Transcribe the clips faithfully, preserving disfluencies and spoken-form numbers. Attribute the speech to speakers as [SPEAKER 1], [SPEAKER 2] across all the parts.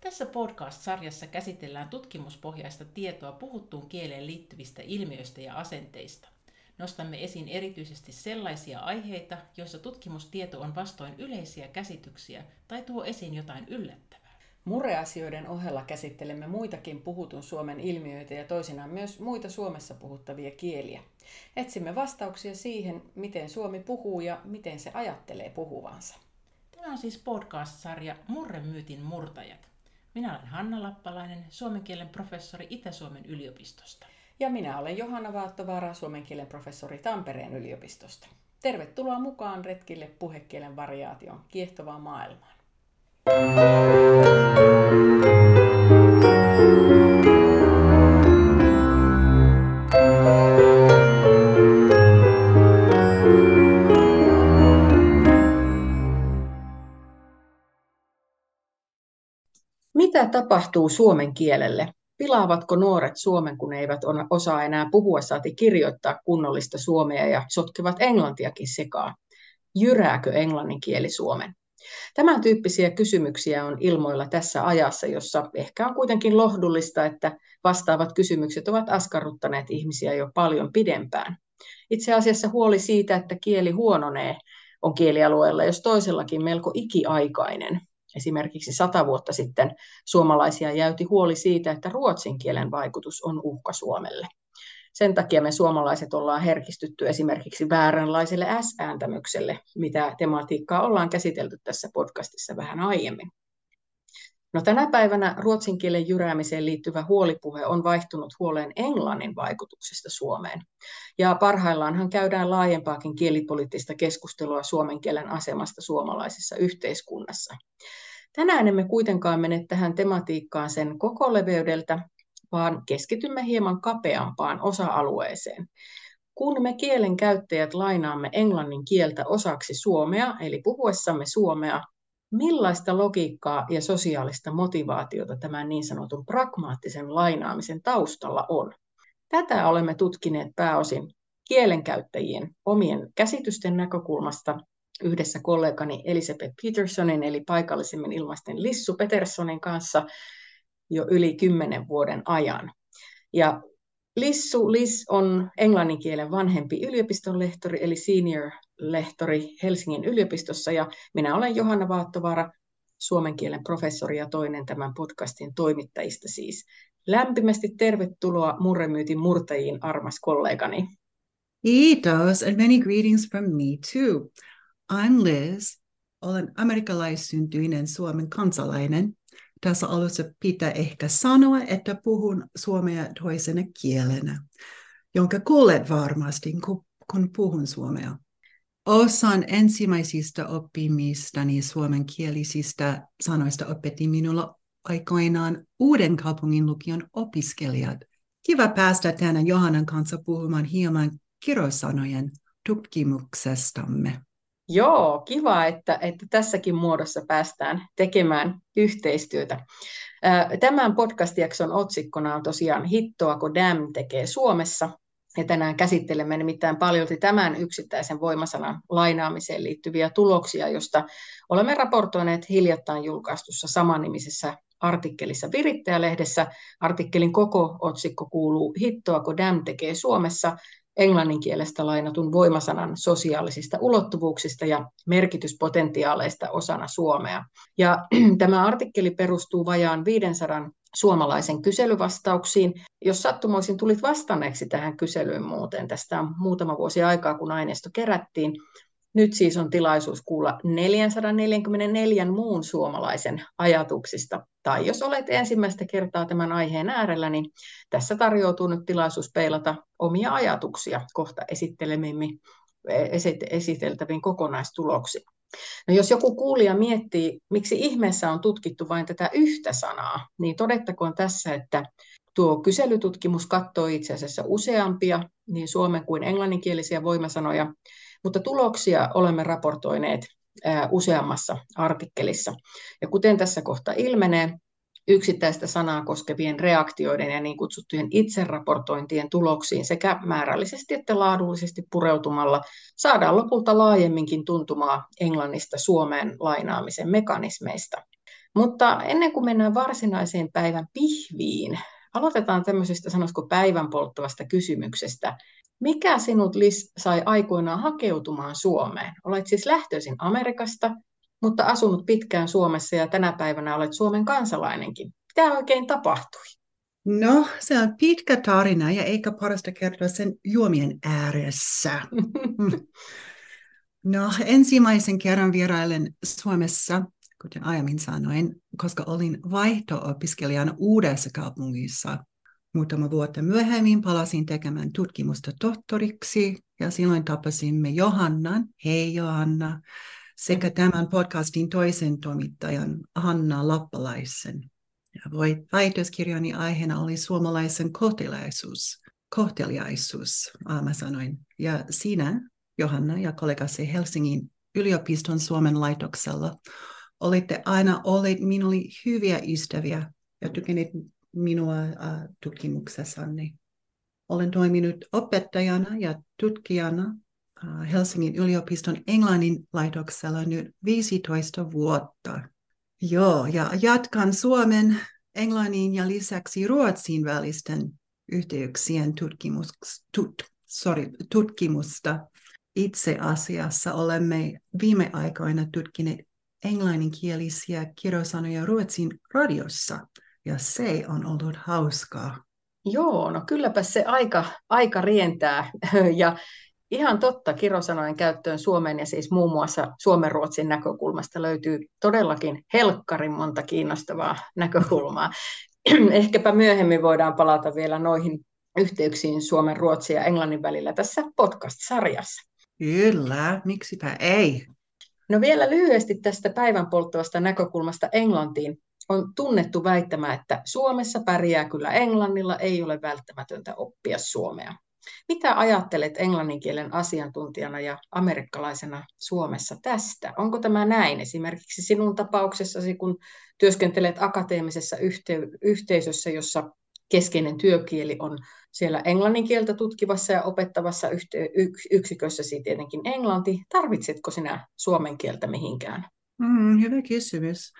[SPEAKER 1] Tässä podcast-sarjassa käsitellään tutkimuspohjaista tietoa puhuttuun kieleen liittyvistä ilmiöistä ja asenteista. Nostamme esiin erityisesti sellaisia aiheita, joissa tutkimustieto on vastoin yleisiä käsityksiä tai tuo esiin jotain yllättävää.
[SPEAKER 2] Murreasioiden ohella käsittelemme muitakin puhutun Suomen ilmiöitä ja toisinaan myös muita Suomessa puhuttavia kieliä. Etsimme vastauksia siihen, miten Suomi puhuu ja miten se ajattelee puhuvansa.
[SPEAKER 1] Tämä on siis podcast-sarja Murremyytin murtajat. Minä olen Hanna Lappalainen, suomen kielen professori Itä-Suomen yliopistosta.
[SPEAKER 2] Ja minä olen Johanna Vaattovaara, suomen kielen professori Tampereen yliopistosta. Tervetuloa mukaan retkille puhekielen variaation kiehtovaan maailmaan. Mitä tapahtuu suomen kielelle? Pilaavatko nuoret suomen, kun eivät osaa enää puhua saati kirjoittaa kunnollista suomea ja sotkevat englantiakin sekaan? Jyrääkö englannin kieli suomen? Tämän tyyppisiä kysymyksiä on ilmoilla tässä ajassa, jossa ehkä on kuitenkin lohdullista, että vastaavat kysymykset ovat askarruttaneet ihmisiä jo paljon pidempään. Itse asiassa huoli siitä, että kieli huononee, on kielialueella jos toisellakin melko ikiaikainen. Esimerkiksi sata vuotta sitten suomalaisia jäyti huoli siitä, että ruotsin kielen vaikutus on uhka Suomelle. Sen takia me suomalaiset ollaan herkistytty esimerkiksi vääränlaiselle S-ääntämykselle, mitä tematiikkaa ollaan käsitelty tässä podcastissa vähän aiemmin. No, tänä päivänä ruotsin kielen jyräämiseen liittyvä huolipuhe on vaihtunut huoleen englannin vaikutuksesta Suomeen. Ja parhaillaanhan käydään laajempaakin kielipoliittista keskustelua suomen kielen asemasta suomalaisessa yhteiskunnassa. Tänään emme kuitenkaan mene tähän tematiikkaan sen koko leveydeltä, vaan keskitymme hieman kapeampaan osa-alueeseen. Kun me kielen käyttäjät lainaamme englannin kieltä osaksi suomea, eli puhuessamme suomea, millaista logiikkaa ja sosiaalista motivaatiota tämän niin sanotun pragmaattisen lainaamisen taustalla on? Tätä olemme tutkineet pääosin kielenkäyttäjien omien käsitysten näkökulmasta yhdessä kollegani Elisabeth Petersonin eli paikallisemmin ilmaisten Lissu Petersonin kanssa jo yli kymmenen vuoden ajan. Ja Lissu, Liz on englannin kielen vanhempi yliopistonlehtori eli senior-lehtori Helsingin yliopistossa ja minä olen Johanna Vaattovaara, suomen kielen professori ja toinen tämän podcastin toimittajista siis. Lämpimästi tervetuloa Murremyytin murtajiin, armas kollegani.
[SPEAKER 3] Kiitos, and many greetings from me too. I'm Liz, olen amerikkalaissyntyinen Suomen kansalainen. Tässä alussa pitää ehkä sanoa, että puhun suomea toisena kielenä, jonka kuulet varmasti, kun puhun suomea. Osan ensimmäisistä oppimistani suomenkielisistä sanoista opetti minulla aikoinaan Uudenkaupungin lukion opiskelijat. Kiva päästä tänään Johannan kanssa puhumaan hieman kirosanojen tutkimuksestamme.
[SPEAKER 2] Joo, kiva, että, että tässäkin muodossa päästään tekemään yhteistyötä. Tämän podcast-jakson otsikkona on tosiaan Hittoako damn tekee Suomessa. Ja tänään käsittelemme nimittäin paljolti tämän yksittäisen voimasanan lainaamiseen liittyviä tuloksia, josta olemme raportoineet hiljattain julkaistussa samannimisessä artikkelissa Virittäjälehdessä. Artikkelin koko otsikko kuuluu Hittoako damn tekee Suomessa, englannin kielestä lainatun voimasanan sosiaalisista ulottuvuuksista ja merkityspotentiaaleista osana suomea. Ja tämä artikkeli perustuu vajaan viisisataa suomalaisen kyselyvastauksiin. Jos sattumoisin tulit vastanneeksi tähän kyselyyn muuten, tästä on muutama vuosi aikaa, kun aineisto kerättiin. Nyt siis on tilaisuus kuulla neljäsataaneljäkymmentäneljä muun suomalaisen ajatuksista. Tai jos olet ensimmäistä kertaa tämän aiheen äärellä, niin tässä tarjoutuu nyt tilaisuus peilata omia ajatuksia kohta esiteltäviin kokonaistuloksiin. No, jos joku kuulija miettii, miksi ihmeessä on tutkittu vain tätä yhtä sanaa, niin todettakoon tässä, että tuo kyselytutkimus katsoi itse asiassa useampia niin suomen kuin englanninkielisiä voimasanoja, mutta tuloksia olemme raportoineet useammassa artikkelissa. Ja kuten tässä kohta ilmenee, yksittäistä sanaa koskevien reaktioiden ja niin kutsuttujen itseraportointien tuloksiin sekä määrällisesti että laadullisesti pureutumalla saadaan lopulta laajemminkin tuntumaa englannista Suomeen lainaamisen mekanismeista. Mutta ennen kuin mennään varsinaiseen päivän pihviin, aloitetaan tämmöisestä, sanoisiko päivän polttavasta kysymyksestä. Mikä sinut, Liz, sai aikoinaan hakeutumaan Suomeen? Olet siis lähtöisin Amerikasta, mutta asunut pitkään Suomessa ja tänä päivänä olet Suomen kansalainenkin. Mitä oikein tapahtui?
[SPEAKER 3] No, se on pitkä tarina ja eikä parasta kertoa sen juomien ääressä. No, ensimmäisen kerran vierailen Suomessa, kuten aiemmin sanoin, koska olin vaihto-opiskelijana Uudessa kaupungissa. Muutama vuotta myöhemmin palasin tekemään tutkimusta tohtoriksi ja silloin tapasimme Johannan, hei Johanna, sekä tämän podcastin toisen toimittajan Hanna Lappalaisen. Ja väitöskirjani aiheena oli suomalaisen kohteliaisuus, kohteliaisuus, mä sanoin. Ja sinä, Johanna ja kollegasi Helsingin yliopiston Suomen laitoksella, olitte aina olleet minulle hyviä ystäviä ja tukeneet minua uh, tutkimuksessani. Olen toiminut opettajana ja tutkijana uh, Helsingin yliopiston englannin laitoksella nyt viisitoista vuotta. Joo, ja jatkan suomen, englannin ja lisäksi ruotsin välisten yhteyksien tutkimus, tut, sorry, tutkimusta. Itse asiassa olemme viime aikoina tutkineet englanninkielisiä kirosanoja Ruotsin radiossa, ja se on ollut hauskaa.
[SPEAKER 2] Joo, no kylläpä se aika, aika rientää, ja ihan totta, kirosanojen käyttöön Suomeen ja siis muun muassa Suomen-Ruotsin näkökulmasta löytyy todellakin helkkarin monta kiinnostavaa näkökulmaa. Ehkäpä myöhemmin voidaan palata vielä noihin yhteyksiin Suomen, Ruotsin ja Englannin välillä tässä podcast-sarjassa.
[SPEAKER 3] Kyllä, miksipä ei.
[SPEAKER 2] No vielä lyhyesti tästä päivän polttavasta näkökulmasta Englantiin. On tunnettu väittämä, että Suomessa pärjää kyllä englannilla, ei ole välttämätöntä oppia suomea. Mitä ajattelet englannin kielen asiantuntijana ja amerikkalaisena Suomessa tästä? Onko tämä näin esimerkiksi sinun tapauksessasi, kun työskentelet akateemisessa yhte- yhteisössä, jossa keskeinen työkieli on siellä englannin kieltä tutkivassa ja opettavassa yhte- yks- yksikössäsi tietenkin englanti. Tarvitsetko sinä suomen kieltä mihinkään?
[SPEAKER 3] Mm, hyvä kysymys.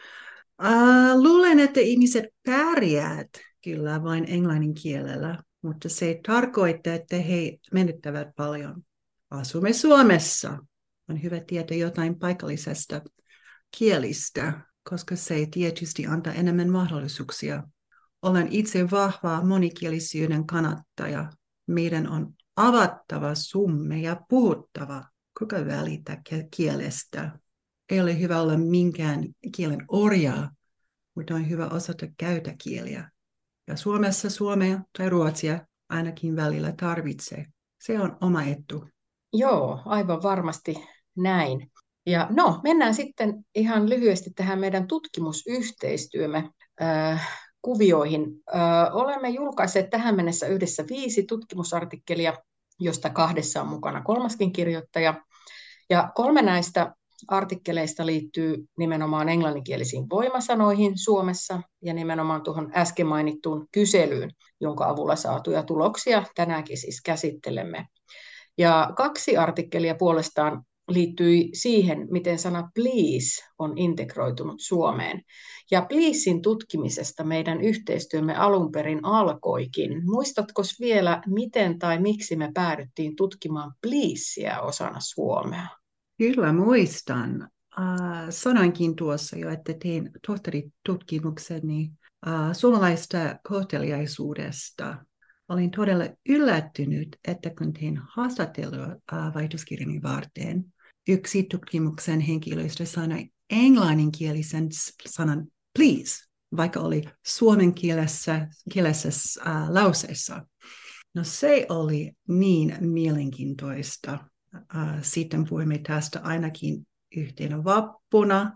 [SPEAKER 3] Uh, luulen, että ihmiset pärjäävät kyllä vain englannin kielellä, mutta se ei tarkoita, että he menettävät paljon. Asumme Suomessa. On hyvä tietää jotain paikallisesta kielistä, koska se tietysti antaa enemmän mahdollisuuksia. Olen itse vahva monikielisyyden kannattaja. Meidän on avattava summe ja puhuttava. Kuka välittää kielestä? Ei ole hyvä olla minkään kielen orjaa, mutta on hyvä osata käyttää kieliä. Ja Suomessa suomea tai ruotsia ainakin välillä tarvitsee. Se on oma etu.
[SPEAKER 2] Joo, aivan varmasti näin. Ja no, mennään sitten ihan lyhyesti tähän meidän tutkimusyhteistyömme äh, kuvioihin. Äh, olemme julkaisseet tähän mennessä yhdessä viisi tutkimusartikkelia, josta kahdessa on mukana kolmaskin kirjoittaja. Ja kolme näistä artikkeleista liittyy nimenomaan englanninkielisiin voimasanoihin Suomessa ja nimenomaan tuohon äsken mainittuun kyselyyn, jonka avulla saatuja tuloksia tänäänkin siis käsittelemme. Ja kaksi artikkelia puolestaan liittyi siihen, miten sana please on integroitunut Suomeen. Ja pleasein tutkimisesta meidän yhteistyömme alun perin alkoikin. Muistatko vielä, miten tai miksi me päädyttiin tutkimaan pleasea osana Suomea?
[SPEAKER 3] Kyllä muistan. Uh, sanoinkin tuossa jo, että tein tohtoritutkimukseni uh, suomalaista kohteliaisuudesta. Olin todella yllättynyt, että kun tein haastattelua uh, väitöskirjani varten, yksi tutkimuksen henkilöistä sanoi englanninkielisen sanan please, vaikka oli suomen kielessä, kielessä uh, lauseessa. No se oli niin mielenkiintoista. Uh, sitten puhuimme tästä ainakin yhtenä vappuna,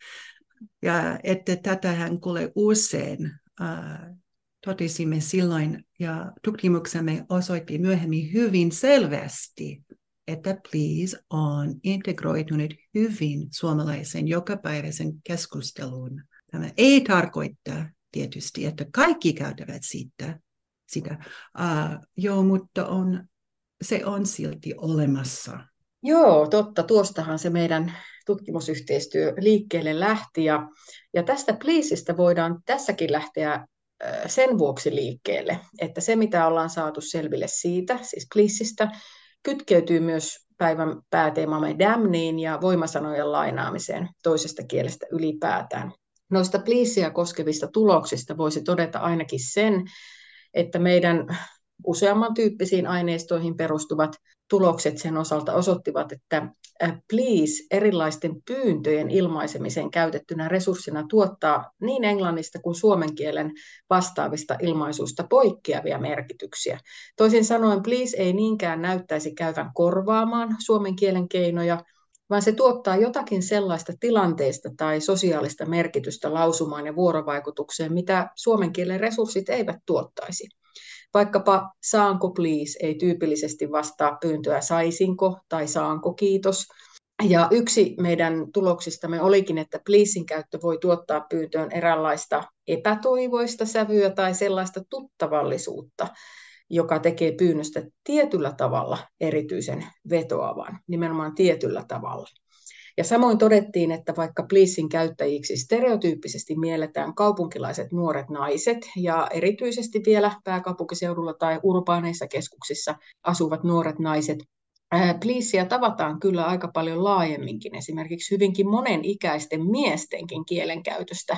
[SPEAKER 3] ja että tätähän kuulee usein. Uh, totesimme silloin, ja tutkimuksemme osoitti myöhemmin hyvin selvästi, että please on integroitunut hyvin suomalaisen jokapäiväisen keskusteluun. Tämä ei tarkoita tietysti, että kaikki käyttävät sitä, sitä. Uh, joo, mutta on, se on silti olemassa.
[SPEAKER 2] Joo, totta. Tuostahan se meidän tutkimusyhteistyö liikkeelle lähti. Ja, ja tästä Pleaseistä voidaan tässäkin lähteä äh, sen vuoksi liikkeelle, että se mitä ollaan saatu selville siitä, siis Pleaseistä, kytkeytyy myös päivän pääteemamme damniin ja voimasanojen lainaamiseen toisesta kielestä ylipäätään. Noista Pleaseä koskevista tuloksista voisi todeta ainakin sen, että meidän useamman tyyppisiin aineistoihin perustuvat tulokset sen osalta osoittivat, että please erilaisten pyyntöjen ilmaisemiseen käytettynä resurssina tuottaa niin englannista kuin suomen kielen vastaavista ilmaisuista poikkeavia merkityksiä. Toisin sanoen please ei niinkään näyttäisi käyvän korvaamaan suomen kielen keinoja, vaan se tuottaa jotakin sellaista tilanteesta tai sosiaalista merkitystä lausumaan ja vuorovaikutukseen, mitä suomen kielen resurssit eivät tuottaisi. Vaikkapa saanko please ei tyypillisesti vastaa pyyntöä saisinko tai saanko kiitos. Ja yksi meidän tuloksistamme olikin, että pleasein käyttö voi tuottaa pyyntöön eräänlaista epätoivoista sävyä tai sellaista tuttavallisuutta, joka tekee pyynnöstä tietyllä tavalla erityisen vetoavan, nimenomaan tietyllä tavalla. Ja samoin todettiin, että vaikka pleasein käyttäjiksi stereotyyppisesti mielletään kaupunkilaiset nuoret naiset ja erityisesti vielä pääkaupunkiseudulla tai urbaaneissa keskuksissa asuvat nuoret naiset, pleasea tavataan kyllä aika paljon laajemminkin, esimerkiksi hyvinkin monenikäisten miestenkin kielenkäytöstä.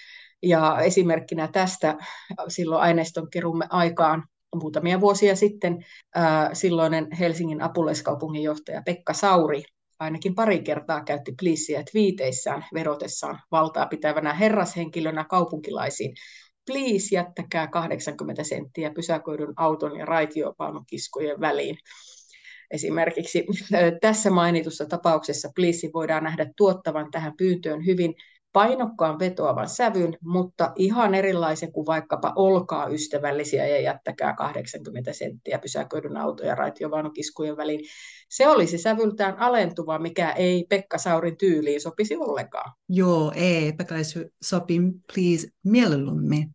[SPEAKER 2] Ja esimerkkinä tästä silloin aineiston kerumme aikaan muutamia vuosia sitten silloinen Helsingin apulaiskaupunginjohtaja Pekka Sauri ainakin pari kertaa käytti pleasea twiiteissään verotessaan valtaa pitävänä herrashenkilönä kaupunkilaisiin. Please jättäkää kahdeksankymmentä senttiä pysäköidyn auton ja raitiopaunukiskojen väliin. Esimerkiksi tässä mainitussa tapauksessa please voidaan nähdä tuottavan tähän pyyntöön hyvin painokkaan vetoavan sävyn, mutta ihan erilaisen kuin vaikkapa olkaa ystävällisiä ja jättäkää kahdeksankymmentä senttiä pysäköidyn auto- ja raitiovaunukiskujen väliin. Se olisi sävyltään alentuva, mikä ei Pekka Saurin tyyliin sopisi ollenkaan.
[SPEAKER 3] Joo, ei. Pekka sopii please mieluummin.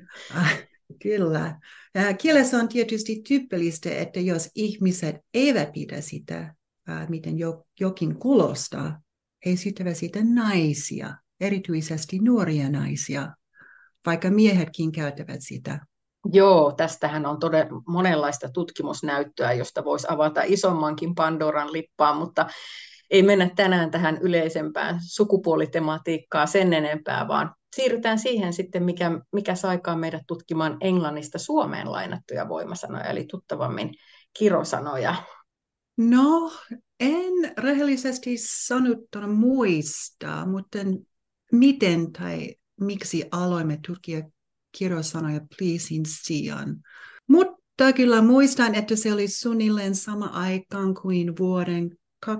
[SPEAKER 3] Kyllä. Kielessä on tietysti tyypillistä, että jos ihmiset eivät pidä sitä, miten jokin kuulostaa, he syyttävät sitä naisia, erityisesti nuoria naisia, vaikka miehetkin käyttävät sitä.
[SPEAKER 2] Joo, tästähän on todella monenlaista tutkimusnäyttöä, josta voisi avata isommankin Pandoran lippaan, mutta ei mennä tänään tähän yleisempään sukupuolitematiikkaan sen enempää, vaan siirrytään siihen sitten, mikä, mikä saikaan meidät tutkimaan englannista Suomeen lainattuja voimasanoja, eli tuttavammin kirosanoja.
[SPEAKER 3] No, en rehellisesti sanottuna muista, mutta miten tai miksi aloimme tutkia kirosanoja pleasein sijaan. Mutta kyllä muistan, että se oli suunnilleen sama aikaan kuin vuoden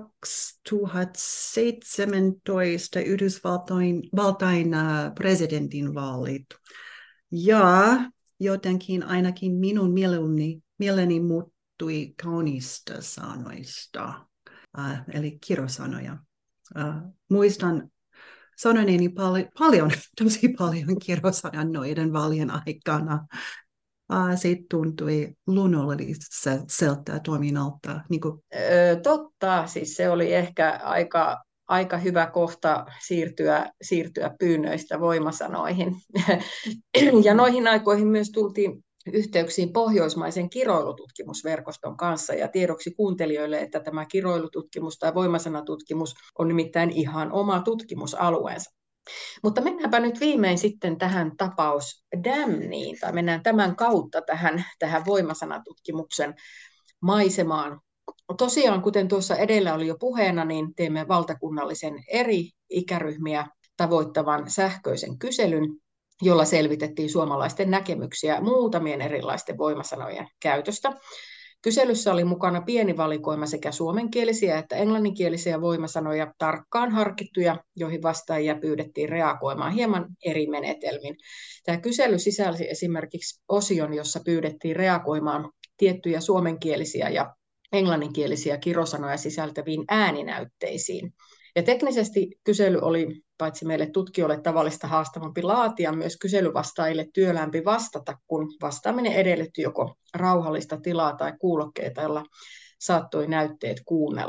[SPEAKER 3] kaksituhattaseitsemäntoista Yhdysvaltain valtain presidentin vaalit. Ja jotenkin ainakin minun mieleni, mieleni muuttui kaunista sanoista, uh, eli kirosanoja. Uh, muistan sanoneeni pal- paljon, tosi paljon kirosanan noiden vaalien aikana. Uh, se tuntui luonnolliselta toiminnalta. Niin kuin...
[SPEAKER 2] öö, totta, siis se oli ehkä aika, aika hyvä kohta siirtyä, siirtyä pyynnöistä voimasanoihin. Ja noihin aikoihin myös tultiin yhteyksiin pohjoismaisen kiroilututkimusverkoston kanssa, ja tiedoksi kuuntelijoille, että tämä kiroilututkimus tai voimasanatutkimus on nimittäin ihan oma tutkimusalueensa. Mutta mennäänpä nyt viimein sitten tähän tapaus damniin, tai mennään tämän kautta tähän, tähän voimasanatutkimuksen maisemaan. Tosiaan, kuten tuossa edellä oli jo puheena, niin teemme valtakunnallisen eri ikäryhmiä tavoittavan sähköisen kyselyn, jolla selvitettiin suomalaisten näkemyksiä muutamien erilaisten voimasanojen käytöstä. Kyselyssä oli mukana pieni valikoima sekä suomenkielisiä että englanninkielisiä voimasanoja, tarkkaan harkittuja, joihin vastaajia pyydettiin reagoimaan hieman eri menetelmin. Tämä kysely sisälsi esimerkiksi osion, jossa pyydettiin reagoimaan tiettyjä suomenkielisiä ja englanninkielisiä kirosanoja sisältäviin ääninäytteisiin. Ja teknisesti kysely oli paitsi meille tutkijoille tavallista haastavampi laatia, myös kyselyvastaajille työlämpi vastata, kun vastaaminen edellytti joko rauhallista tilaa tai kuulokkeita, jolla saattoi näytteet kuunnella.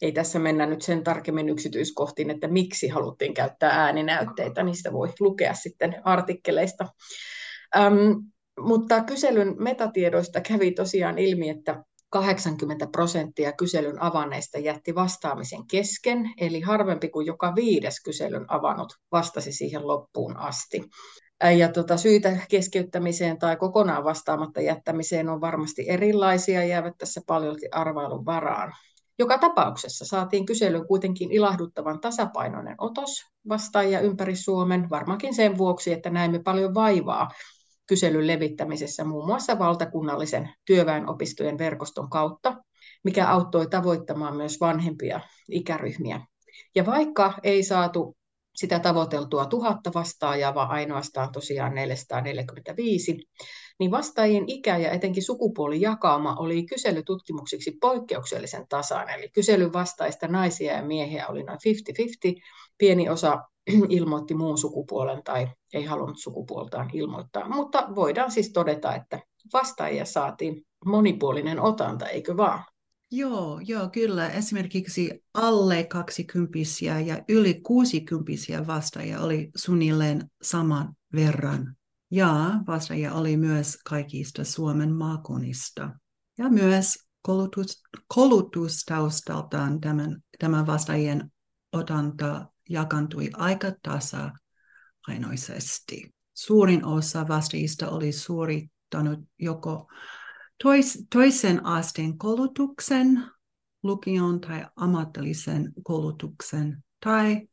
[SPEAKER 2] Ei tässä mennä nyt sen tarkemmin yksityiskohtiin, että miksi haluttiin käyttää ääninäytteitä. Niistä voi lukea sitten artikkeleista. Ähm, mutta kyselyn metatiedoista kävi tosiaan ilmi, että kahdeksankymmentä prosenttia kyselyn avanneista jätti vastaamisen kesken, eli harvempi kuin joka viides kyselyn avannut vastasi siihen loppuun asti. Ja tuota, syitä keskeyttämiseen tai kokonaan vastaamatta jättämiseen on varmasti erilaisia, jäävät tässä paljolti arvailun varaan. Joka tapauksessa saatiin kyselyyn kuitenkin ilahduttavan tasapainoinen otos vastaajia ympäri Suomen, varmaankin sen vuoksi, että näimme paljon vaivaa kyselyn levittämisessä muun muassa valtakunnallisen työväenopistojen verkoston kautta, mikä auttoi tavoittamaan myös vanhempia ikäryhmiä. Ja vaikka ei saatu sitä tavoiteltua tuhatta vastaajaa, vaan ainoastaan tosiaan neljäsataaneljäkymmentäviisi, niin vastaajien ikä ja etenkin sukupuolijakauma oli kyselytutkimuksiksi poikkeuksellisen tasainen. Eli kyselyn vastaista naisia ja miehiä oli noin viisikymmentä viisikymmentä, pieni osa ilmoitti muun sukupuolen tai ei halunnut sukupuoltaan ilmoittaa. Mutta voidaan siis todeta, että vastaajia saatiin monipuolinen otanta, eikö vaan?
[SPEAKER 3] Joo, joo, kyllä. Esimerkiksi alle kaksikymppisiä ja yli kuusikymppisiä vastaajia oli suunnilleen saman verran. Ja vastaajia oli myös kaikista Suomen maakunnista. Ja myös koulutus, koulutustaustaltaan tämän, tämän vastaajien otanta jakantui aika tasapainoisesti. Suurin osa vastaajista oli suorittanut joko tois, toisen asteen koulutuksen, lukion tai ammatillisen koulutuksen tai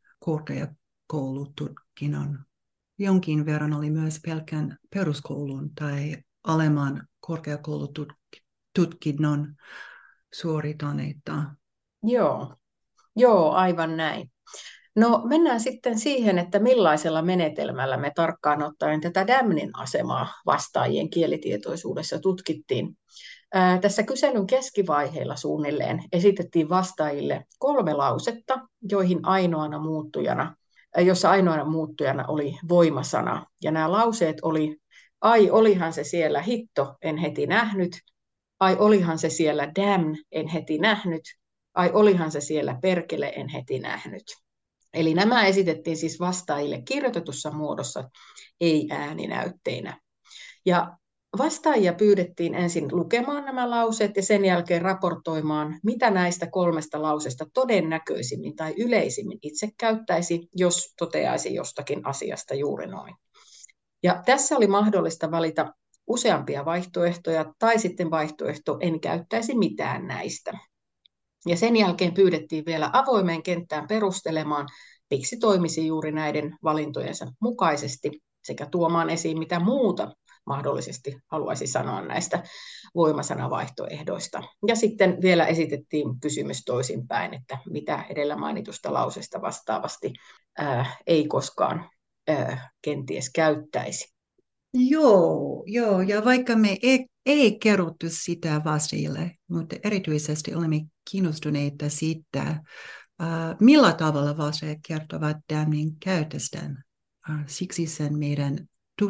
[SPEAKER 3] korkeakoulututkinnon. Jonkin verran oli myös pelkän peruskoulun tai alemman korkeakoulututkinnon suoritaneita.
[SPEAKER 2] Joo, joo, aivan näin. No mennään sitten siihen, että millaisella menetelmällä me tarkkaan ottaen tätä Damnin asemaa vastaajien kielitietoisuudessa tutkittiin. Ää, tässä kyselyn keskivaiheilla suunnilleen esitettiin vastaajille kolme lausetta, joihin ainoana muuttujana, ää, jossa ainoana muuttujana oli voimasana. Ja nämä lauseet oli, ai olihan se siellä hitto, en heti nähnyt. Ai olihan se siellä damn, en heti nähnyt. Ai olihan se siellä perkele, en heti nähnyt. Eli nämä esitettiin siis vastaajille kirjoitetussa muodossa, ei ääninäytteinä. Ja vastaajia pyydettiin ensin lukemaan nämä lauseet ja sen jälkeen raportoimaan, mitä näistä kolmesta lausesta todennäköisimmin tai yleisimmin itse käyttäisi, jos toteaisi jostakin asiasta juuri noin. Ja tässä oli mahdollista valita useampia vaihtoehtoja tai sitten vaihtoehto, en käyttäisi mitään näistä. Ja sen jälkeen pyydettiin vielä avoimeen kenttään perustelemaan, miksi toimisi juuri näiden valintojensa mukaisesti, sekä tuomaan esiin, mitä muuta mahdollisesti haluaisi sanoa näistä voimasanavaihtoehdoista. Ja sitten vielä esitettiin kysymys toisinpäin, että mitä edellä mainitusta lausesta vastaavasti ää, ei koskaan ää, kenties käyttäisi.
[SPEAKER 3] Joo, joo, ja vaikka me ei, ei kerrottu sitä vastaajille, mutta erityisesti olemme kiinnostuneita siitä, uh, millä tavalla vastaajat kertovat Damnin käytöstään. Uh, siksi sen meidän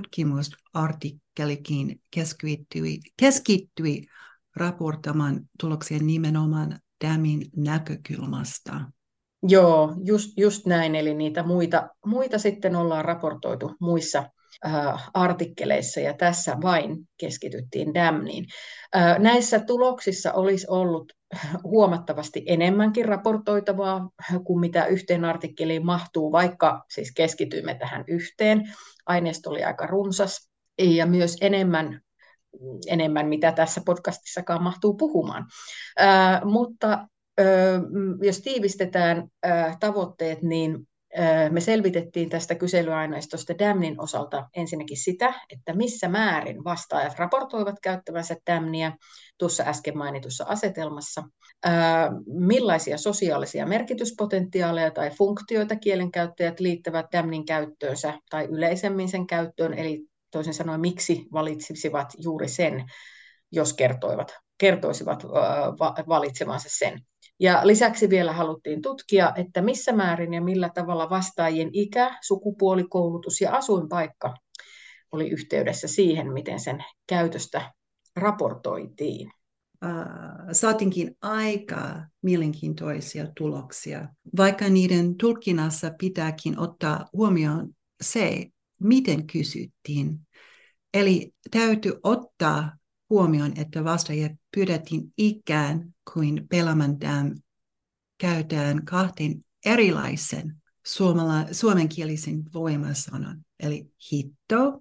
[SPEAKER 3] tutkimusartikkelikin keskittyi, keskittyi raportamaan tuloksia nimenomaan Damnin näkökulmasta.
[SPEAKER 2] Joo, just, just näin, eli niitä muita, muita sitten ollaan raportoitu muissa artikkeleissa ja tässä vain keskityttiin Damniin. Näissä tuloksissa olisi ollut huomattavasti enemmänkin raportoitavaa kuin mitä yhteen artikkeliin mahtuu, vaikka siis keskityimme tähän yhteen. Aineisto oli aika runsas ja myös enemmän, enemmän mitä tässä podcastissakaan mahtuu puhumaan. Ää, mutta ää, jos tiivistetään ää, tavoitteet, niin me selvitettiin tästä kyselyaineistosta Damnin osalta ensinnäkin sitä, että missä määrin vastaajat raportoivat käyttävänsä Damnia tuossa äsken mainitussa asetelmassa, millaisia sosiaalisia merkityspotentiaaleja tai funktioita kielenkäyttäjät liittävät Damnin käyttöönsä tai yleisemmin sen käyttöön, eli toisin sanoen miksi valitsisivat juuri sen, jos kertoivat, kertoisivat valitsevansa sen. Ja lisäksi vielä haluttiin tutkia, että missä määrin ja millä tavalla vastaajien ikä, sukupuoli, koulutus ja asuinpaikka oli yhteydessä siihen, miten sen käytöstä raportoitiin.
[SPEAKER 3] äh, saatinkin aika mielenkiintoisia tuloksia, vaikka niiden tulkinnassa pitääkin ottaa huomioon se, miten kysyttiin. Eli täytyy ottaa huomioon, että vastaajia pyydettiin ikään kuin Pelaman dam käytetään kahteen erilaisen suomala, suomenkielisen voimasanan, eli hitto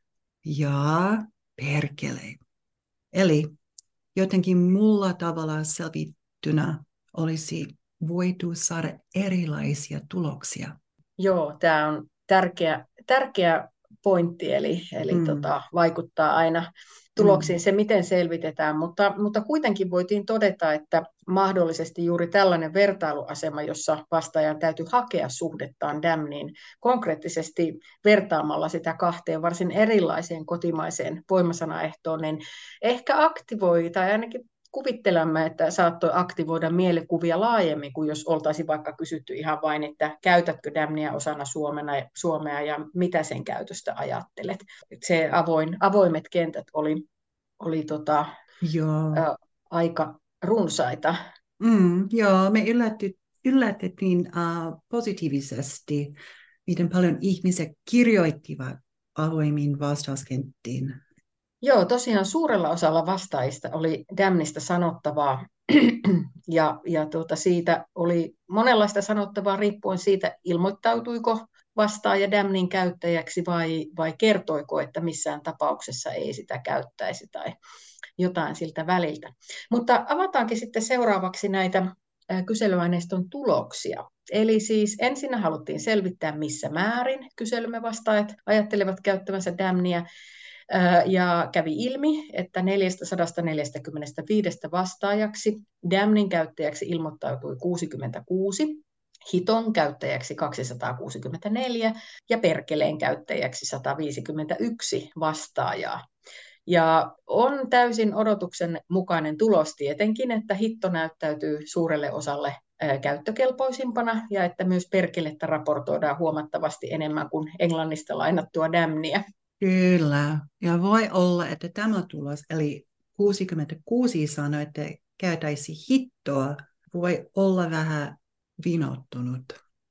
[SPEAKER 3] ja perkele. Eli jotenkin muulla tavalla selvittynä olisi voitu saada erilaisia tuloksia.
[SPEAKER 2] Joo, tämä on tärkeä, tärkeä pointti, eli, eli mm. tota, vaikuttaa aina tuloksiin mm. se, miten selvitetään, mutta, mutta kuitenkin voitiin todeta, että mahdollisesti juuri tällainen vertailuasema, jossa vastaajan täytyy hakea suhdettaan dämniin konkreettisesti vertaamalla sitä kahteen varsin erilaiseen kotimaiseen voimasanaehtoon, niin ehkä aktivoi tai ainakin kuvittelemme, että saattoi aktivoida mielikuvia laajemmin kuin jos oltaisiin vaikka kysytty ihan vain, että käytätkö dämniä osana Suomena, Suomea ja mitä sen käytöstä ajattelet. Se avoin, avoimet kentät oli, oli tota,
[SPEAKER 3] joo.
[SPEAKER 2] Ä, aika runsaita.
[SPEAKER 3] Mm, joo, me yllätty, yllätettiin uh, positiivisesti, miten paljon ihmiset kirjoittivat avoimiin vastauskenttiin.
[SPEAKER 2] Joo, tosiaan suurella osalla vastaajista oli dämnistä sanottavaa ja, ja tuota, siitä oli monenlaista sanottavaa riippuen siitä, ilmoittautuiko vastaaja dämnin käyttäjäksi vai, vai kertoiko, että missään tapauksessa ei sitä käyttäisi tai jotain siltä väliltä. Mutta avataankin sitten seuraavaksi näitä kyselyaineiston tuloksia. Eli siis ensin haluttiin selvittää, missä määrin kyselymme vastaajat ajattelevat käyttävänsä dämniä. Ja kävi ilmi, että neljäsataaneljäkymmentäviisi vastaajaksi dämnin käyttäjäksi ilmoittautui kuusikymmentäkuusi, hiton käyttäjäksi kaksisataakuusikymmentäneljä ja perkeleen käyttäjäksi sata viisikymmentäyksi vastaajaa. Ja on täysin odotuksen mukainen tulos tietenkin, että hitto näyttäytyy suurelle osalle käyttökelpoisimpana ja että myös perkelettä raportoidaan huomattavasti enemmän kuin englannista lainattua dämniä.
[SPEAKER 3] Kyllä, ja voi olla, että tämä tulos, eli kuusikymmentäkuusi sanoi, että käytäisi hittoa, voi olla vähän vinottunut.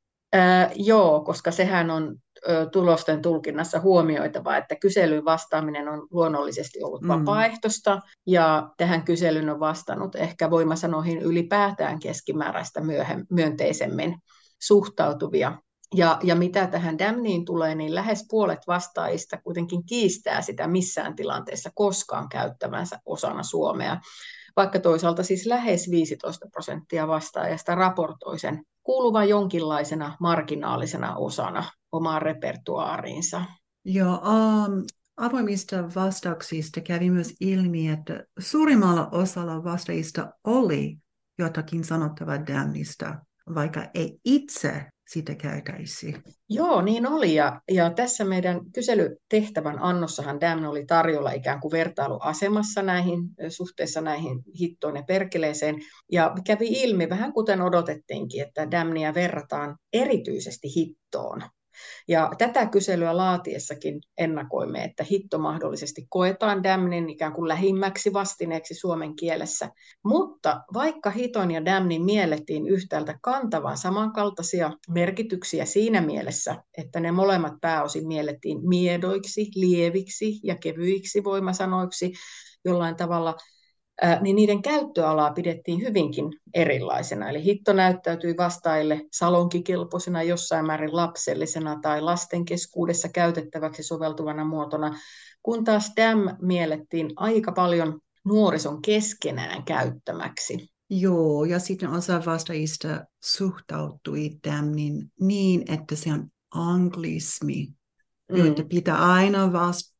[SPEAKER 2] Ää, joo, koska sehän on ö, tulosten tulkinnassa huomioitava, että kyselyyn vastaaminen on luonnollisesti ollut mm. vapaaehtoista, ja tähän kyselyyn on vastannut ehkä voimasanoihin ylipäätään keskimääräistä myöhem, myönteisemmin suhtautuvia. Ja, ja mitä tähän dämniin tulee, niin lähes puolet vastaajista kuitenkin kiistää sitä missään tilanteessa koskaan käyttävänsä osana Suomea, vaikka toisaalta siis lähes viisitoista prosenttia vastaajista raportoi sen kuuluvan jonkinlaisena marginaalisena osana omaan repertuaariinsa.
[SPEAKER 3] Joo, um, avoimista vastauksista kävi myös ilmi, että suurimmalla osalla vastaajista oli jotakin sanottavaa dämnistä, vaikka ei itse sitä käytäisi.
[SPEAKER 2] Joo, niin oli. Ja, ja tässä meidän kyselytehtävän annossahan dämn oli tarjolla ikään kuin vertailuasemassa näihin, suhteessa näihin hittoon ja perkeleeseen. Ja kävi ilmi, vähän kuten odotettiinkin, että dämniä verrataan erityisesti hittoon. Ja tätä kyselyä laatiessakin ennakoimme, että hitto mahdollisesti koetaan dämnin ikään kuin lähimmäksi vastineeksi suomen kielessä. Mutta vaikka hiton ja dämnin miellettiin yhtäältä kantavan samankaltaisia merkityksiä siinä mielessä, että ne molemmat pääosin miellettiin miedoiksi, lieviksi ja kevyiksi voimasanoiksi jollain tavalla, niin niiden käyttöalaa pidettiin hyvinkin erilaisena. Eli hitto näyttäytyi vastaajille salonkikelpoisena, jossain määrin lapsellisena tai lasten keskuudessa käytettäväksi soveltuvana muotona, kun taas däm miellettiin aika paljon nuorison keskenään käyttämäksi.
[SPEAKER 3] Joo, ja sitten osa vastaajista suhtautui dämnin niin, että se on anglismi, mm. joita pitää aina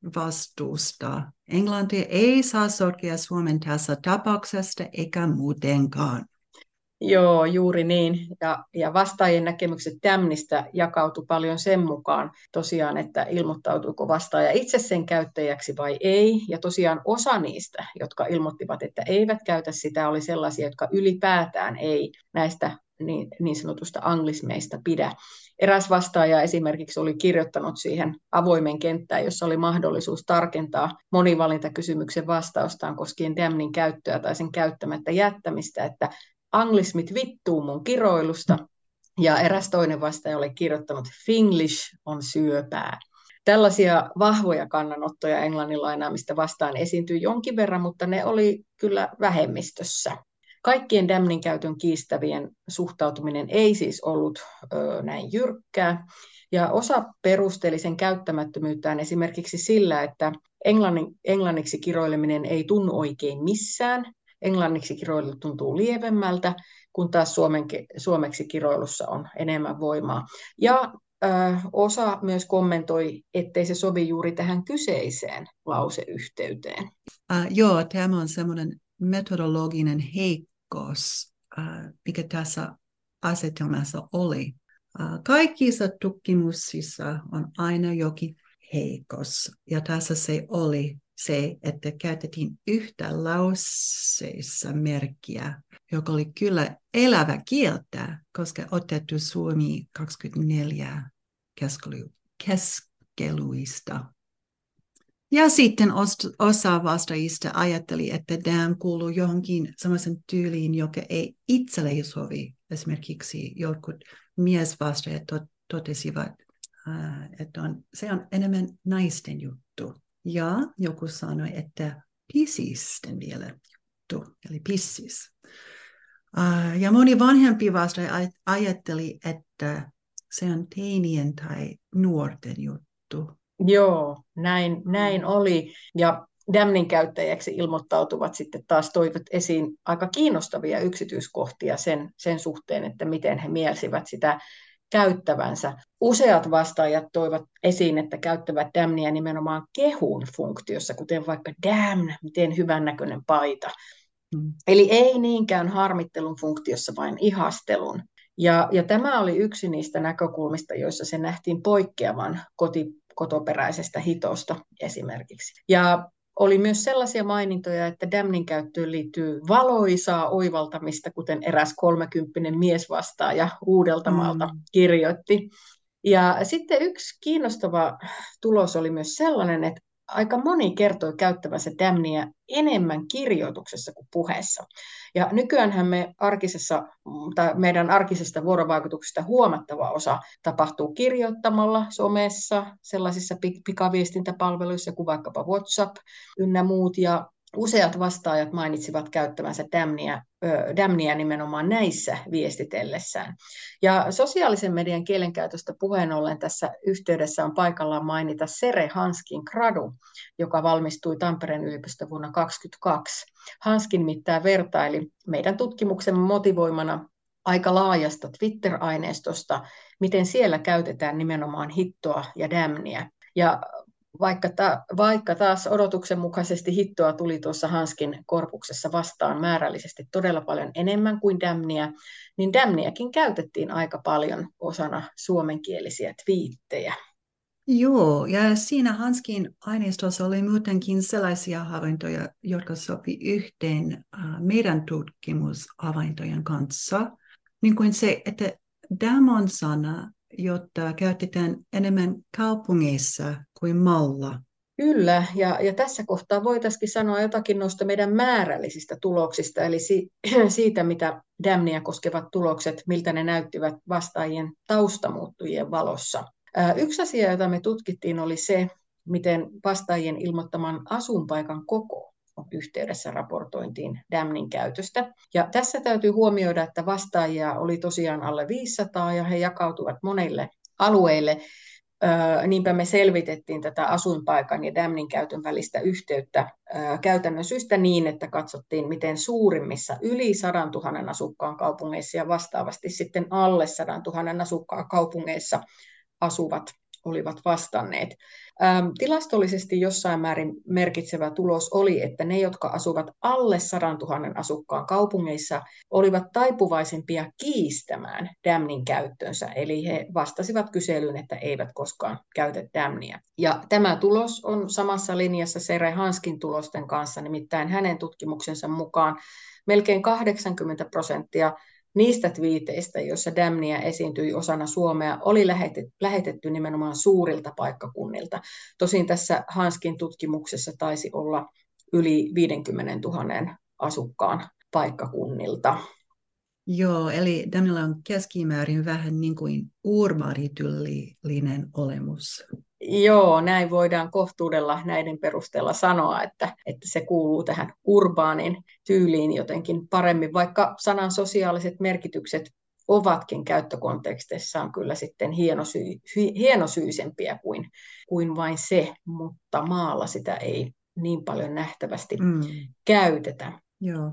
[SPEAKER 3] vastustaa. Englantia ei saa sotkea Suomen tässä tapauksesta eikä muutenkaan.
[SPEAKER 2] Joo, juuri niin. Ja, ja vastaajien näkemykset dämnistä jakautui paljon sen mukaan tosiaan, että ilmoittautuiko vastaaja itse sen käyttäjäksi vai ei. Ja tosiaan osa niistä, jotka ilmoittivat, että eivät käytä sitä, oli sellaisia, jotka ylipäätään ei näistä niin, niin sanotusta anglismeista pidä. Eräs vastaaja esimerkiksi oli kirjoittanut siihen avoimen kenttään, jossa oli mahdollisuus tarkentaa monivalintakysymyksen vastaustaan koskien Damnin käyttöä tai sen käyttämättä jättämistä, että anglismit vittuu mun kiroilusta, ja eräs toinen vastaaja oli kirjoittanut Finglish on syöpää. Tällaisia vahvoja kannanottoja englannin lainaamista vastaan esiintyi jonkin verran, mutta ne oli kyllä vähemmistössä. Kaikkien Damnin käytön kiistävien suhtautuminen ei siis ollut ö, näin jyrkkää, ja osa perusteli sen käyttämättömyyttään esimerkiksi sillä, että englannin, englanniksi kiroileminen ei tunnu oikein missään, englanniksi kiroilu tuntuu lievemmältä, kun taas suomen, suomeksi kiroilussa on enemmän voimaa. Ja ö, osa myös kommentoi, ettei se sovi juuri tähän kyseiseen lauseyhteyteen.
[SPEAKER 3] Uh, joo, tämä on semmoinen metodologinen heikkous, uh, mikä tässä asetelmassa oli. Uh, kaikissa tutkimuksissa on aina jokin heikkous, ja tässä se oli se, että käytettiin yhtä lauseessa merkkiä, joka oli kyllä elävä kieltä, koska otettu Suomi kaksikymmentäneljä keskelu, keskeluista. Ja sitten osa vastaajista ajatteli, että dam kuuluu johonkin sellaisen tyyliin, joka ei itselle sovi. Esimerkiksi jotkut miesvastaajat totesivat, että on, se on enemmän naisten juttu. Ja joku sanoi, että pissisten vielä juttu, eli pissis. Ja moni vanhempi vastaaja ajatteli, että se on teinien tai nuorten juttu.
[SPEAKER 2] Joo, näin, näin oli. Ja Damnin käyttäjäksi ilmoittautuvat sitten taas toivat esiin aika kiinnostavia yksityiskohtia sen, sen suhteen, että miten he mielsivät sitä käyttävänsä. Useat vastaajat toivat esiin, että käyttävät damnia nimenomaan kehun funktiossa, kuten vaikka damn, miten hyvännäköinen paita. Mm. Eli ei niinkään harmittelun funktiossa, vain ihastelun. Ja, ja tämä oli yksi niistä näkökulmista, joissa se nähtiin poikkeavan koti, kotoperäisestä hitosta esimerkiksi. Ja oli myös sellaisia mainintoja, että damnin käyttöön liittyy valoisaa oivaltamista, kuten eräs kolmekymppinen miesvastaaja Uudeltamaalta mm. kirjoitti. Ja sitten yksi kiinnostava tulos oli myös sellainen, että aika moni kertoi käyttävänsä damnia enemmän kirjoituksessa kuin puheessa. Ja nykyäänhän me arkisessa, tai meidän arkisesta vuorovaikutuksesta huomattava osa tapahtuu kirjoittamalla somessa, sellaisissa pikaviestintäpalveluissa kuin vaikkapa WhatsApp ynnä muut. Ja useat vastaajat mainitsivat käyttävänsä damnia, ö, damnia nimenomaan näissä viestitellessään. Ja sosiaalisen median kielenkäytöstä puheen ollen tässä yhteydessä on paikallaan mainita Sere Hanskin gradu, joka valmistui Tampereen yliopistosta vuonna kaksituhattakaksikymmentäkaksi. Hanskin mitään vertaili meidän tutkimuksemme motivoimana aika laajasta Twitter-aineistosta, miten siellä käytetään nimenomaan hittoa ja damnia. Ja Vaikka, ta, vaikka taas odotuksen mukaisesti hittoa tuli tuossa Hanskin korpuksessa vastaan määrällisesti todella paljon enemmän kuin damnia, niin damniakin käytettiin aika paljon osana suomenkielisiä twiittejä.
[SPEAKER 3] Joo, ja siinä Hanskin aineistossa oli muutenkin sellaisia havaintoja, jotka sopi yhteen meidän tutkimushavaintojen kanssa, niin kuin se, että dam on sana, jota käytetään enemmän kaupungeissa kuin maalla.
[SPEAKER 2] Kyllä, ja, ja tässä kohtaa voitaisiin sanoa jotakin noista meidän määrällisistä tuloksista, eli si, siitä, mitä damnia koskevat tulokset, miltä ne näyttivät vastaajien taustamuuttujien valossa. Yksi asia, jota me tutkittiin, oli se, miten vastaajien ilmoittaman asuinpaikan koko on yhteydessä raportointiin damnin käytöstä. Ja tässä täytyy huomioida, että vastaajia oli tosiaan alle viisisataa ja he jakautuvat monille alueille. Niinpä me selvitettiin tätä asuinpaikan ja damnin käytön välistä yhteyttä käytännön syystä niin, että katsottiin, miten suurimmissa yli sadantuhannen asukkaan kaupungeissa ja vastaavasti sitten alle sadantuhannen asukkaan kaupungeissa asuvat olivat vastanneet. Ähm, tilastollisesti jossain määrin merkitsevä tulos oli, että ne, jotka asuvat alle sadantuhannen asukkaan kaupungeissa, olivat taipuvaisempia kiistämään damnin käyttönsä, eli he vastasivat kyselyyn, että eivät koskaan käytä damnia. Ja tämä tulos on samassa linjassa Sere Hanskin tulosten kanssa, nimittäin hänen tutkimuksensa mukaan melkein kahdeksankymmentä prosenttia niistä twiiteistä, joissa Damnia esiintyi osana Suomea, oli lähetetty, lähetetty nimenomaan suurilta paikkakunnilta. Tosin tässä Hanskin tutkimuksessa taisi olla yli viisikymmentätuhatta asukkaan paikkakunnilta.
[SPEAKER 3] Joo, eli Damnilla on keskimäärin vähän niin kuin urbaanityylinen olemus.
[SPEAKER 2] Joo, näin voidaan kohtuudella näiden perusteella sanoa, että, että se kuuluu tähän urbaanin tyyliin jotenkin paremmin, vaikka sanan sosiaaliset merkitykset ovatkin käyttökontekstissaan kyllä sitten hienosy, hienosyisempiä kuin, kuin vain se, mutta maalla sitä ei niin paljon nähtävästi mm. käytetä.
[SPEAKER 3] Joo.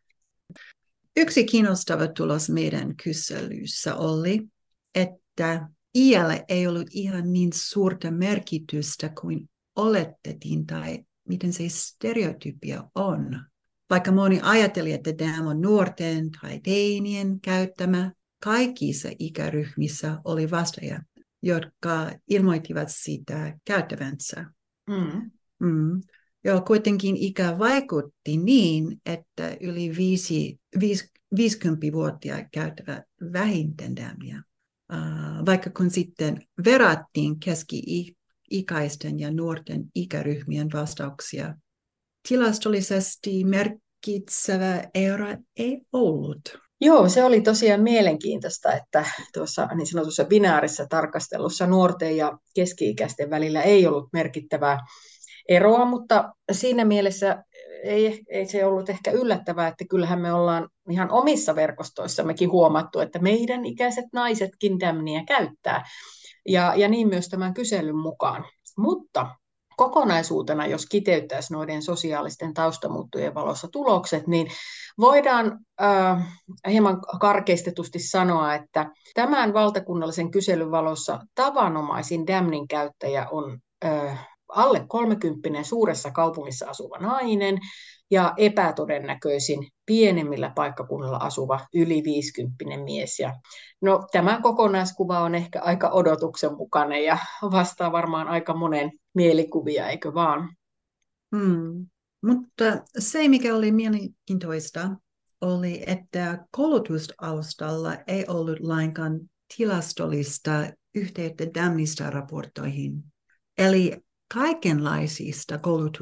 [SPEAKER 3] Yksi kiinnostava tulos meidän kyselyssä oli, että iälle ei ollut ihan niin suurta merkitystä kuin oletettiin tai miten se stereotypia on. Vaikka moni ajatteli, että Dam on nuorten tai teinien käyttämä, kaikissa ikäryhmissä oli vastaajia, jotka ilmoittivat sitä käyttävänsä. Mm. Mm. Joo, kuitenkin ikä vaikutti niin, että yli viisi, viisi, viisikymmentävuotiaat käyttävät vähintään Damia. Uh, vaikka kun sitten verrattiin keski-ikäisten ja nuorten ikäryhmien vastauksia, tilastollisesti merkitsevä ero ei ollut.
[SPEAKER 2] Joo, se oli tosiaan mielenkiintoista, että tuossa niin sanotussa binäärisessä tarkastelussa nuorten ja keski-ikäisten välillä ei ollut merkittävää eroa, mutta siinä mielessä ei, ei se ollut ehkä yllättävää, että kyllähän me ollaan ihan omissa verkostoissammekin huomattu, että meidän ikäiset naisetkin Damnia käyttää, ja, ja niin myös tämän kyselyn mukaan. Mutta kokonaisuutena, jos kiteyttäisiin noiden sosiaalisten taustamuuttujen valossa tulokset, niin voidaan äh, hieman karkeistetusti sanoa, että tämän valtakunnallisen kyselyn valossa tavanomaisin Damnin käyttäjä on äh, alle kolmekymppinen suuressa kaupungissa asuva nainen ja epätodennäköisin pienemmillä paikkakunnilla asuva yli viisikymppinen mies. Ja no, tämä kokonaiskuva on ehkä aika odotuksenmukainen ja vastaa varmaan aika monen mielikuvia, eikö vaan?
[SPEAKER 3] Hmm. Mutta se, mikä oli mielenkiintoista, oli, että koulutustaustalla ei ollut lainkaan tilastollista yhteyttä Damnista raportoihin. Eli kaikenlaisista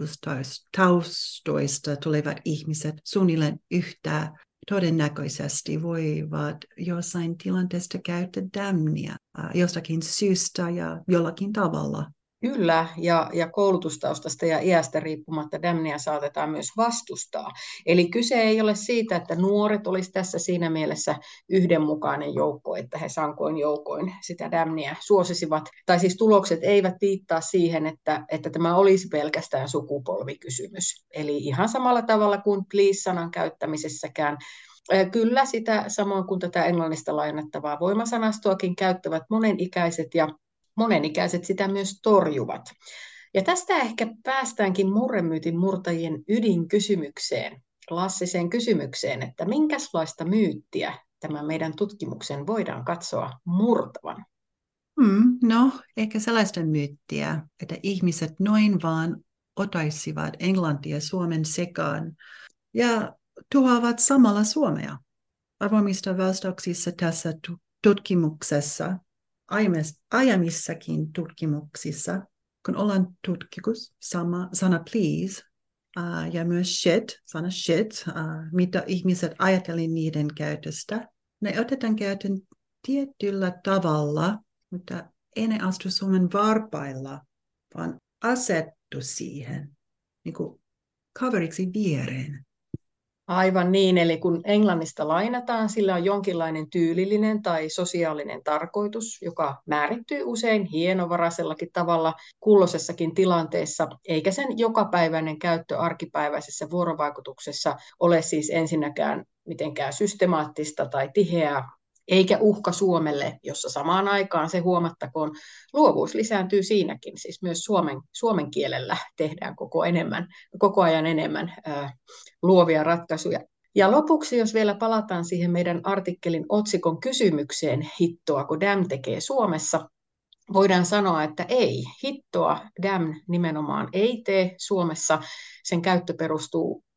[SPEAKER 3] koulutustaustoista tulevat ihmiset suunnilleen yhtä todennäköisesti voivat jossain tilanteesta käyttää Damnia jostakin syystä ja jollakin tavalla.
[SPEAKER 2] Kyllä, ja, ja koulutustaustasta ja iästä riippumatta Damnia saatetaan myös vastustaa. Eli kyse ei ole siitä, että nuoret olisi tässä siinä mielessä yhdenmukainen joukko, että he sankoin joukoin sitä Damnia suosisivat. Tai siis tulokset eivät viittaa siihen, että, että tämä olisi pelkästään sukupolvikysymys. Eli ihan samalla tavalla kuin please-sanan käyttämisessäkään. Kyllä sitä, samoin kuin tätä englannista lainattavaa voimasanastoakin käyttävät monenikäiset ja monenikäiset sitä myös torjuvat. Ja tästä ehkä päästäänkin murremyytin murtajien ydinkysymykseen, klassiseen kysymykseen, että minkälaista myyttiä tämän meidän tutkimuksen voidaan katsoa murtavan?
[SPEAKER 3] Hmm, no, ehkä sellaista myyttiä, että ihmiset noin vaan otaisivat englantia ja suomen sekaan ja tuhoavat samalla suomea. Avoimista vastauksissa tässä tutkimuksessa aiemmissakin tutkimuksissa, kun ollaan tutkimus, sama, sana please, uh, ja myös shit, sana shit, uh, mitä ihmiset ajattelivat niiden käytöstä, ne otetaan käytön tietyllä tavalla, mutta ei ne astu Suomen varpailla, vaan asettu siihen, niin kuin coveriksi viereen.
[SPEAKER 2] Aivan niin, eli kun englannista lainataan, sillä on jonkinlainen tyylillinen tai sosiaalinen tarkoitus, joka määrittyy usein hienovaraisellakin tavalla kulloisessakin tilanteessa, eikä sen jokapäiväinen käyttö arkipäiväisessä vuorovaikutuksessa ole siis ensinnäkään mitenkään systemaattista tai tiheää, eikä uhka Suomelle, jossa samaan aikaan se huomattakoon luovuus lisääntyy siinäkin, siis myös suomen, suomen kielellä tehdään koko, enemmän, koko ajan enemmän ää, luovia ratkaisuja. Ja lopuksi, jos vielä palataan siihen meidän artikkelin otsikon kysymykseen, hittoako Dam tekee Suomessa, voidaan sanoa, että ei, hittoa Dam nimenomaan ei tee Suomessa. Sen käyttö perustuu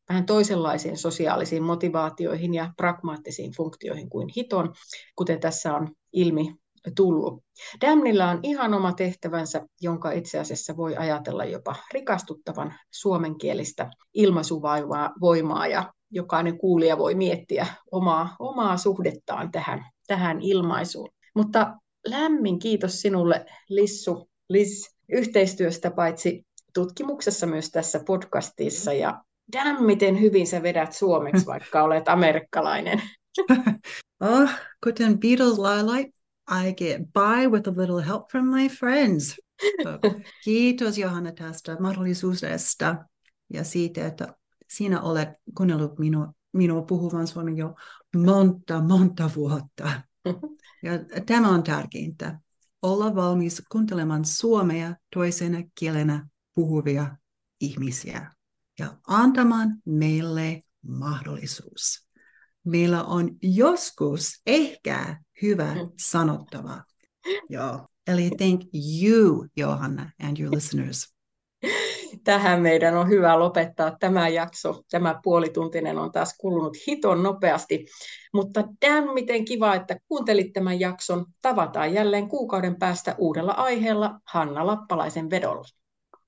[SPEAKER 2] vähän toisenlaisiin sosiaalisiin motivaatioihin ja pragmaattisiin funktioihin kuin hiton, kuten tässä on ilmi tullut. Damnilla on ihan oma tehtävänsä, jonka itse asiassa voi ajatella jopa rikastuttavan suomenkielistä ilmaisuvoimaa, ja jokainen kuulija voi miettiä omaa, omaa suhdettaan tähän, tähän ilmaisuun. Mutta lämmin kiitos sinulle, Lissu, Liz, yhteistyöstä paitsi tutkimuksessa myös tässä podcastissa, ja damn, miten hyvin sä vedät suomeksi, vaikka olet amerikkalainen.
[SPEAKER 3] Oh, kuten Beatles lauloi, I get by with a little help from my friends. So, kiitos Johanna tästä mahdollisuudesta ja siitä, että sinä olet kuunnellut minua, minua puhuvan suomen jo monta, monta vuotta. Ja tämä on tärkeintä, olla valmis kuuntelemaan suomea toisena kielenä puhuvia ihmisiä ja antamaan meille mahdollisuus. Meillä on joskus ehkä hyvä sanottava. Joo. Eli thank you, Johanna, and your listeners.
[SPEAKER 2] Tähän meidän on hyvä lopettaa tämä jakso. Tämä puolituntinen on taas kulunut hiton nopeasti. Mutta damn, miten kiva, että kuuntelit tämän jakson. Tavataan jälleen kuukauden päästä uudella aiheella Hanna Lappalaisen vedolla.